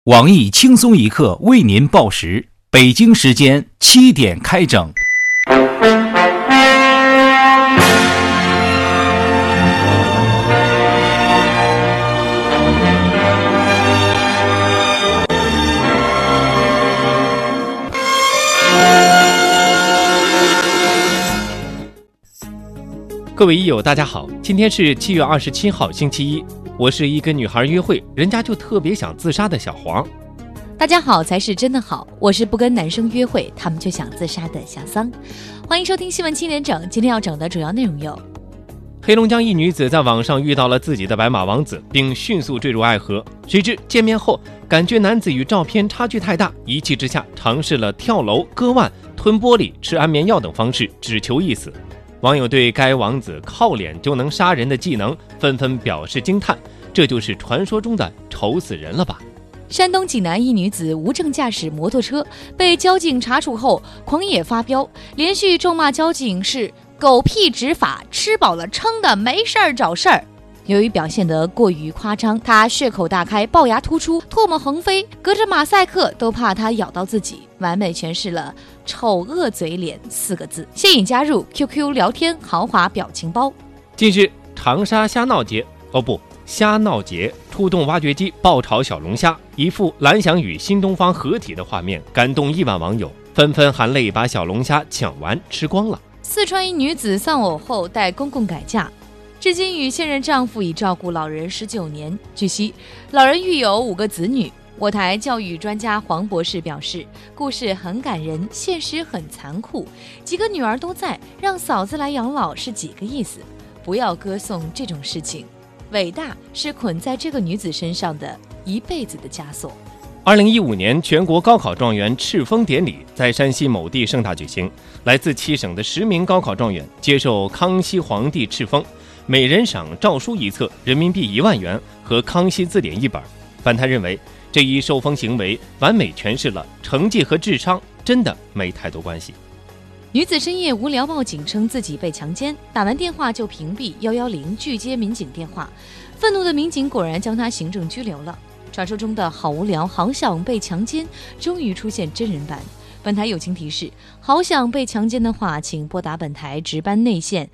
网易轻松一刻为您报时，北京时间7点开整。 各位益友大家好，今天是7月27号星期一，我是一跟女孩约会，人家就特别想自杀的小黄。 大家好才是真的好，我是不跟男生约会他们就想自杀的小桑。欢迎收听新闻7点整，今天要整的主要内容有： 黑龙江一女子在网上遇到了自己的白马王子，并迅速坠入爱河，谁知见面后感觉男子与照片差距太大，一气之下尝试了跳楼、割腕、吞玻璃、吃安眠药等方式，只求一死。网友对该王子靠脸就能杀人的技能纷纷表示惊叹，这就是传说中的丑死人了吧。 山东济南一女子无证驾驶摩托车，被交警查处后狂野发飙，连续咒骂交警是狗屁执法，吃饱了撑的没事儿找事儿。由于表现得过于夸张，他血口大开，龅牙突出，唾沫横飞，隔着马赛克都怕他咬到自己，完美诠释了丑恶嘴脸4个字，现已加入 QQ 聊天豪华表情包。 近日长沙虾闹节虾闹节出动挖掘机爆炒小龙虾，一副蓝翔与新东方合体的画面感动亿万网友，纷纷含泪把小龙虾抢完吃光了。 四川一女子丧偶后带公公改嫁，至今与现任丈夫已照顾老人19年。据悉，老人育有5个子女。我台教育专家黄博士表示，故事很感人，现实很残酷，几个女儿都在，让嫂子来养老是几个意思？不要歌颂这种事情，伟大是捆在这个女子身上的一辈子的枷锁。 2015年全国高考状元敕封典礼在山西某地盛大举行，来自7省的10名高考状元接受康熙皇帝敕封，每人赏诏书1册，人民币1万元和康熙字典1本。反弹认为，这一受封行为完美诠释了成绩和智商真的没太多关系。 女子深夜无聊报警称自己被强奸，打完电话就屏蔽110拒接民警电话，愤怒的民警果然将她行政拘留了。传说中的好无聊好想被强奸终于出现真人版。本台友情提示，好想被强奸的话请拨打本台值班内线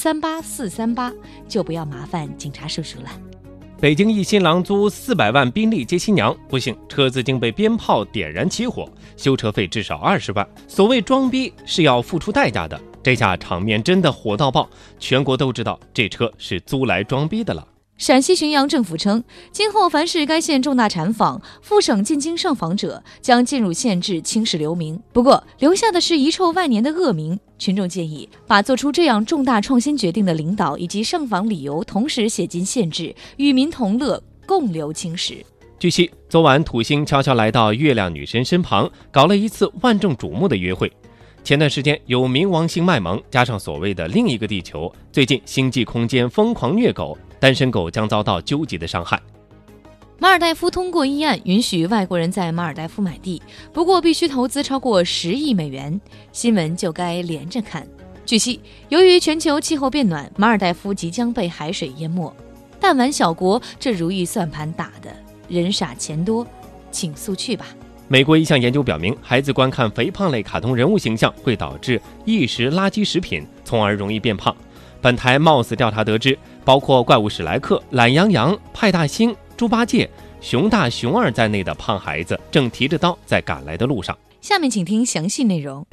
438，就不要麻烦警察叔叔了。 北京一新郎租400万宾利接新娘，不幸车子竟被鞭炮点燃起火，修车费至少20万。所谓装逼是要付出代价的，这下场面真的火到爆，全国都知道这车是租来装逼的了。 陕西浔阳政府称，今后凡是该县重大产访、赴省进京上访者，将进入县治青史留名。不过，留下的是遗臭万年的恶名。群众建议把做出这样重大创新决定的领导以及上访理由同时写进县志，与民同乐，共留青史。 据悉，昨晚土星悄悄来到月亮女神身旁，搞了一次万众瞩目的约会。前段时间有冥王星卖萌，加上所谓的另一个地球，最近星际空间疯狂虐狗，单身狗将遭到究极的伤害。 马尔代夫通过议案允许外国人在马尔代夫买地，不过必须投资超过10亿美元。新闻就该连着看。据悉，由于全球气候变暖，马尔代夫即将被海水淹没。弹丸小国，这如意算盘打的，人傻钱多，请速去吧。 美国一项研究表明，孩子观看肥胖类卡通人物形象会导致异食垃圾食品，从而容易变胖。本台貌似调查得知，包括怪物史莱克、懒羊羊、派大星、猪八戒、熊大、熊二在内的胖孩子正提着刀在赶来的路上。 下面请听详细内容。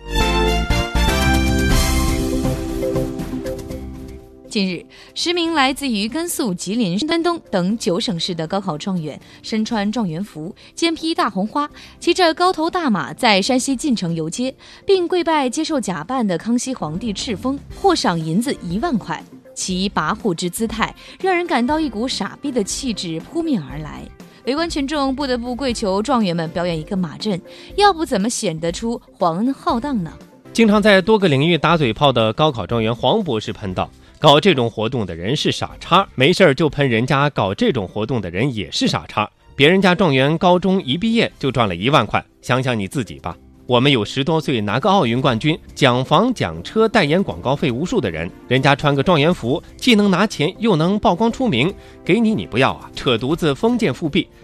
近日，10名来自于甘肃、吉林、山东等9省市的高考状元，身穿状元服，肩披大红花，骑着高头大马在山西晋城游街，并跪拜接受假扮的康熙皇帝敕封，获赏银子1万块。其跋扈之姿态，让人感到一股傻逼的气质扑面而来。围观群众不得不跪求状元们表演一个马阵，要不怎么显得出皇恩浩荡呢？ 经常在多个领域打嘴炮的高考状元黄博士喷道，搞这种活动的人是傻叉，没事儿就喷人家搞这种活动的人也是傻叉。别人家状元高中一毕业就赚了1万块，想想你自己吧。我们有10多岁拿个奥运冠军，讲房讲车代言广告费无数的人，人家穿个状元服，既能拿钱又能曝光出名，给你不要啊，扯犊子封建复辟，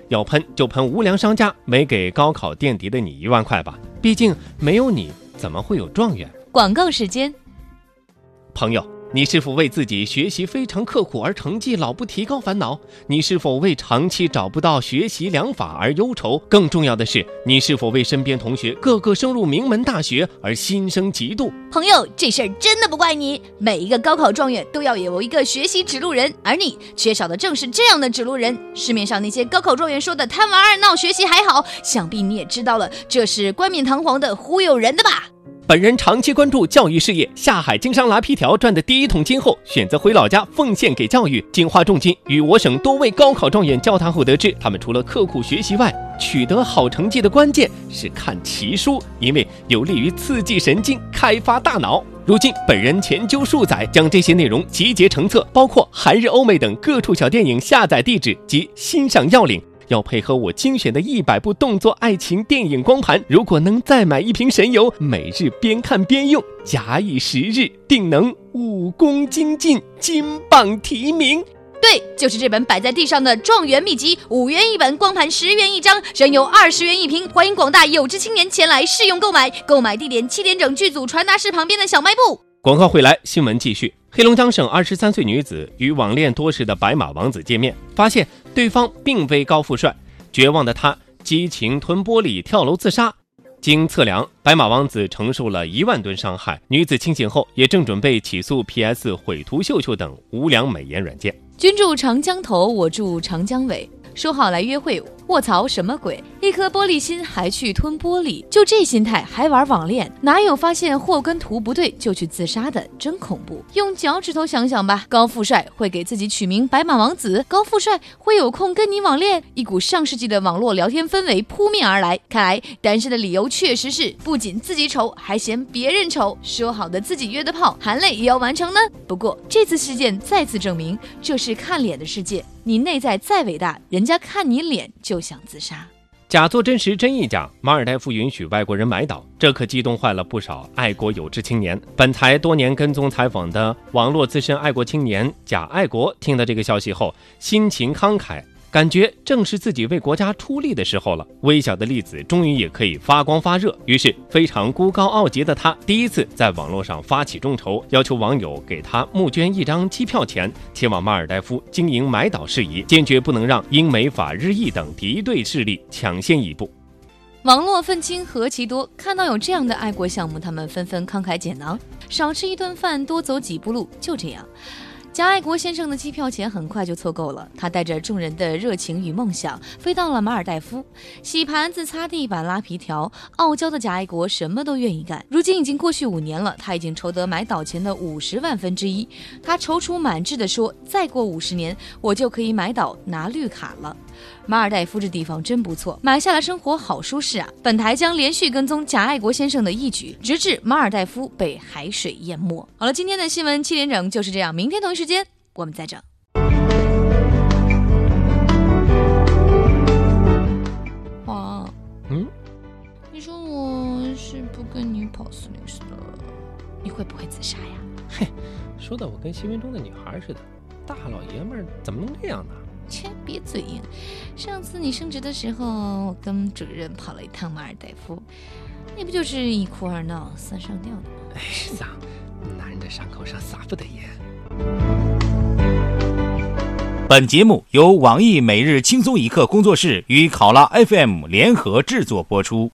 要喷就喷无良商家没给高考垫底的你1万块吧，毕竟没有你怎么会有状元？ 广告时间。 朋友，你是否为自己学习非常刻苦而成绩老不提高烦恼？你是否为长期找不到学习良法而忧愁？更重要的是，你是否为身边同学个个升入名门大学而心生嫉妒？ 朋友，这事儿真的不怪你，每一个高考状元都要有一个学习指路人，而你缺少的正是这样的指路人。市面上那些高考状元说的贪玩爱闹学习还好，想必你也知道了，这是冠冕堂皇的忽悠人的吧。 本人长期关注教育事业，下海经商拉皮条赚的第一桶金后，选择回老家奉献给教育，仅花重金与我省多位高考状元交谈后得知，他们除了刻苦学习外，取得好成绩的关键是看奇书，因为有利于刺激神经，开发大脑。如今本人前究数载，将这些内容集结成册，包括韩日欧美等各处小电影下载地址及欣赏要领。要配合我精选的100部动作爱情电影光盘，如果能再买一瓶神油，每日边看边用，假以时日，定能武功精进，金榜题名。 对，就是这本摆在地上的状元秘籍，5元1本，光盘10元1张，神油20元1瓶。欢迎广大有志青年前来试用购买，购买地点7点整剧组传达室旁边的小卖部。 广告回来，新闻继续。黑龙江省23岁女子与网恋多时的白马王子见面，发现对方并非高富帅，绝望的她激情吞玻璃跳楼自杀。经测量，白马王子承受了1万吨伤害。女子清醒后也正准备起诉 PS 毁图秀秀等无良美颜软件。 君住长江头，我住长江尾，说好来约会，卧槽什么鬼？一颗玻璃心还去吞玻璃，就这心态还玩网恋，哪有发现货跟图不对就去自杀的？真恐怖！用脚趾头想想吧，高富帅会给自己取名白马王子，高富帅会有空跟你网恋，一股上世纪的网络聊天氛围扑面而来。看来单身的理由确实是不仅自己丑，还嫌别人丑。说好的自己约的炮，含泪也要完成呢。不过这次事件再次证明，这是看脸的世界，你内在再伟大，人家看你脸就想自杀。 假作真实真亦假，马尔代夫允许外国人买岛，这可激动坏了不少爱国有志青年。本台多年跟踪采访的网络资深爱国青年贾爱国听到这个消息后，心情慷慨，感觉正是自己为国家出力的时候了。微小的粒子终于也可以发光发热，于是非常孤高傲极的他第一次在网络上发起众筹，要求网友给他募捐1张机票钱，前往马尔代夫经营买岛事宜，坚决不能让英美法日意等敌对势力抢先一步。 网络愤青何其多，看到有这样的爱国项目，他们纷纷慷慨解囊，少吃一顿饭，多走几步路，就这样。贾爱国先生的机票钱很快就凑够了，他带着众人的热情与梦想飞到了马尔代夫，洗盘子、擦地板、拉皮条，傲娇的贾爱国什么都愿意干。如今已经过去5年了，他已经筹得买岛钱的50万分之1。他踌躇满志地说，再过50年我就可以买岛拿绿卡了。马尔代夫这地方真不错，买下来生活好舒适啊！本台将连续跟踪贾爱国先生的一举，直至马尔代夫被海水淹没。好了，今天的新闻7点整就是这样，明天同一时间我们再整。哇，你说我是不跟你跑460了，你会不会自杀呀？ 嘿，说的我跟新闻中的女孩似的，大老爷们儿怎么能这样呢？ 切，别嘴硬！上次你升职的时候，我跟主任跑了一趟马尔代夫，那不就是一哭二闹三上吊的吗？ 哎，撒，男人的伤口上撒不得盐。 本节目由网易每日轻松一刻工作室与考拉 FM 联合制作播出。